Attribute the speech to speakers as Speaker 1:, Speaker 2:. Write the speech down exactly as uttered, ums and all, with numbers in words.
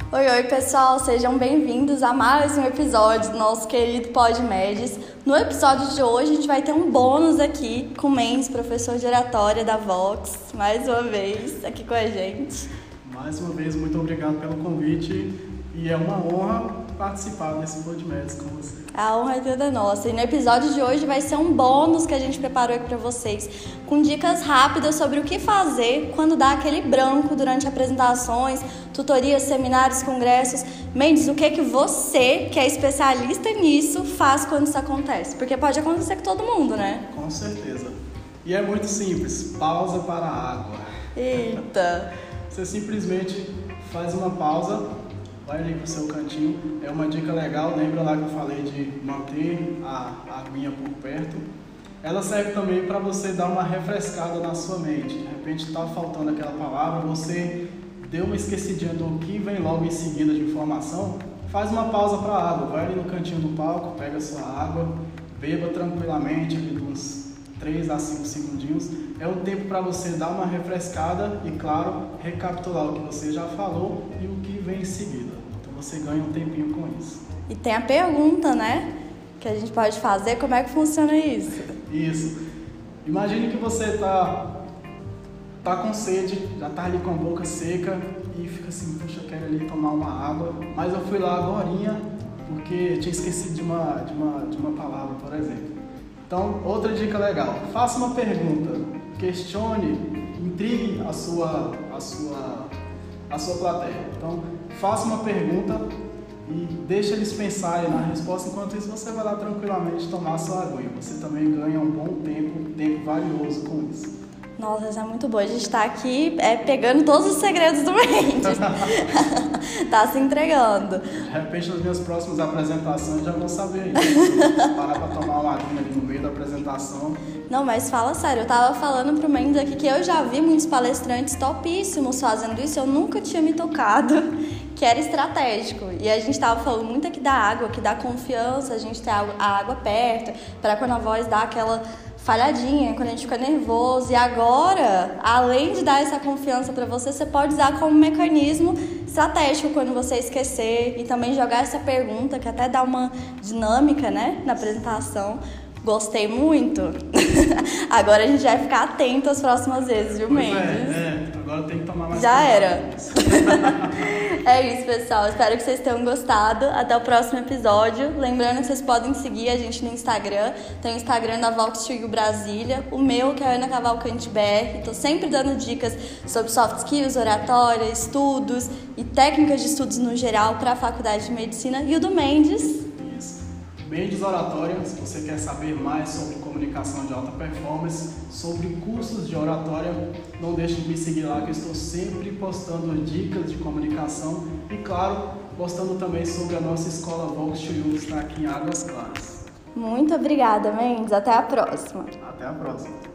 Speaker 1: Oi, oi pessoal, sejam bem-vindos a mais um episódio do nosso querido PodMedes. No episódio de hoje a gente vai ter um bônus aqui com o Mendes, professor de oratória da Vox, mais uma vez aqui com a gente.
Speaker 2: Mais uma vez, muito obrigado pelo convite e é uma honra participar desse PodMedes com você.
Speaker 1: A honra é toda nossa. E no episódio de hoje vai ser um bônus que a gente preparou aqui para vocês, com dicas rápidas sobre o que fazer quando dá aquele branco durante apresentações, tutorias, seminários, congressos. Mendes, o que que você, que é especialista nisso, faz quando isso acontece? Porque pode acontecer com todo mundo, né?
Speaker 2: Com certeza. E é muito simples, pausa para a água.
Speaker 1: Eita!
Speaker 2: Você simplesmente faz uma pausa, vai ali pro seu cantinho. É uma dica legal, lembra lá que eu falei de manter a aguinha por perto? Ela serve também para você dar uma refrescada na sua mente. De repente está faltando aquela palavra, você deu uma esquecidinha do que vem logo em seguida de informação, faz uma pausa para a água, vai ali no cantinho do palco, pega a sua água, beba tranquilamente, ali uns três a cinco segundinhos. É um tempo para você dar uma refrescada e, claro, recapitular o que você já falou e o que vem em seguida. Então você ganha um tempinho com isso.
Speaker 1: E tem a pergunta, né? Que a gente pode fazer, como é que funciona isso?
Speaker 2: Isso. Imagine que você está tá com sede, já está ali com a boca seca e fica assim, puxa, eu quero ali tomar uma água, mas eu fui lá agorinha porque tinha esquecido de uma, de uma, de uma palavra, por exemplo. Então, outra dica legal, faça uma pergunta, questione, intrigue a sua, a sua, a sua plateia. Então, faça uma pergunta e deixe eles pensarem na resposta, enquanto isso você vai lá tranquilamente tomar a sua aguinha. Você também ganha um bom tempo, um tempo valioso com isso.
Speaker 1: Nossa, isso é muito bom. A gente tá aqui é, pegando todos os segredos do Mendes. Tá se entregando.
Speaker 2: De repente, nas minhas próximas apresentações já vão saber isso. Parar pra tomar uma aguinha ali no meio da apresentação.
Speaker 1: Não, mas fala sério, eu tava falando pro Mendes aqui que eu já vi muitos palestrantes topíssimos fazendo isso, eu nunca tinha me tocado, que era estratégico. E a gente tava falando muito aqui da água, que dá confiança, a gente ter a água perto, para quando a voz dá aquela falhadinha, quando a gente fica nervoso. E agora, além de dar essa confiança para você, você pode usar como mecanismo estratégico quando você esquecer, e também jogar essa pergunta, que até dá uma dinâmica, né, na apresentação. Gostei muito. Agora a gente vai ficar atento as próximas vezes, viu, Mendes?
Speaker 2: É, é, agora tem que tomar mais
Speaker 1: Já
Speaker 2: cuidado.
Speaker 1: era. É isso, pessoal. Espero que vocês tenham gostado. Até o próximo episódio. Lembrando que vocês podem seguir a gente no Instagram. Tem o Instagram da Vox Studio Brasília. O meu, que é Ana Cavalcante B R. Tô sempre dando dicas sobre soft skills, oratória, estudos e técnicas de estudos no geral para a Faculdade de Medicina. E o do Mendes.
Speaker 2: Mendes Oratória, se você quer saber mais sobre comunicação de alta performance, sobre cursos de oratória, não deixe de me seguir lá, que eu estou sempre postando dicas de comunicação e, claro, postando também sobre a nossa escola Vox Studio, que está aqui em Águas Claras.
Speaker 1: Muito obrigada, Mendes. Até a próxima.
Speaker 2: Até a próxima.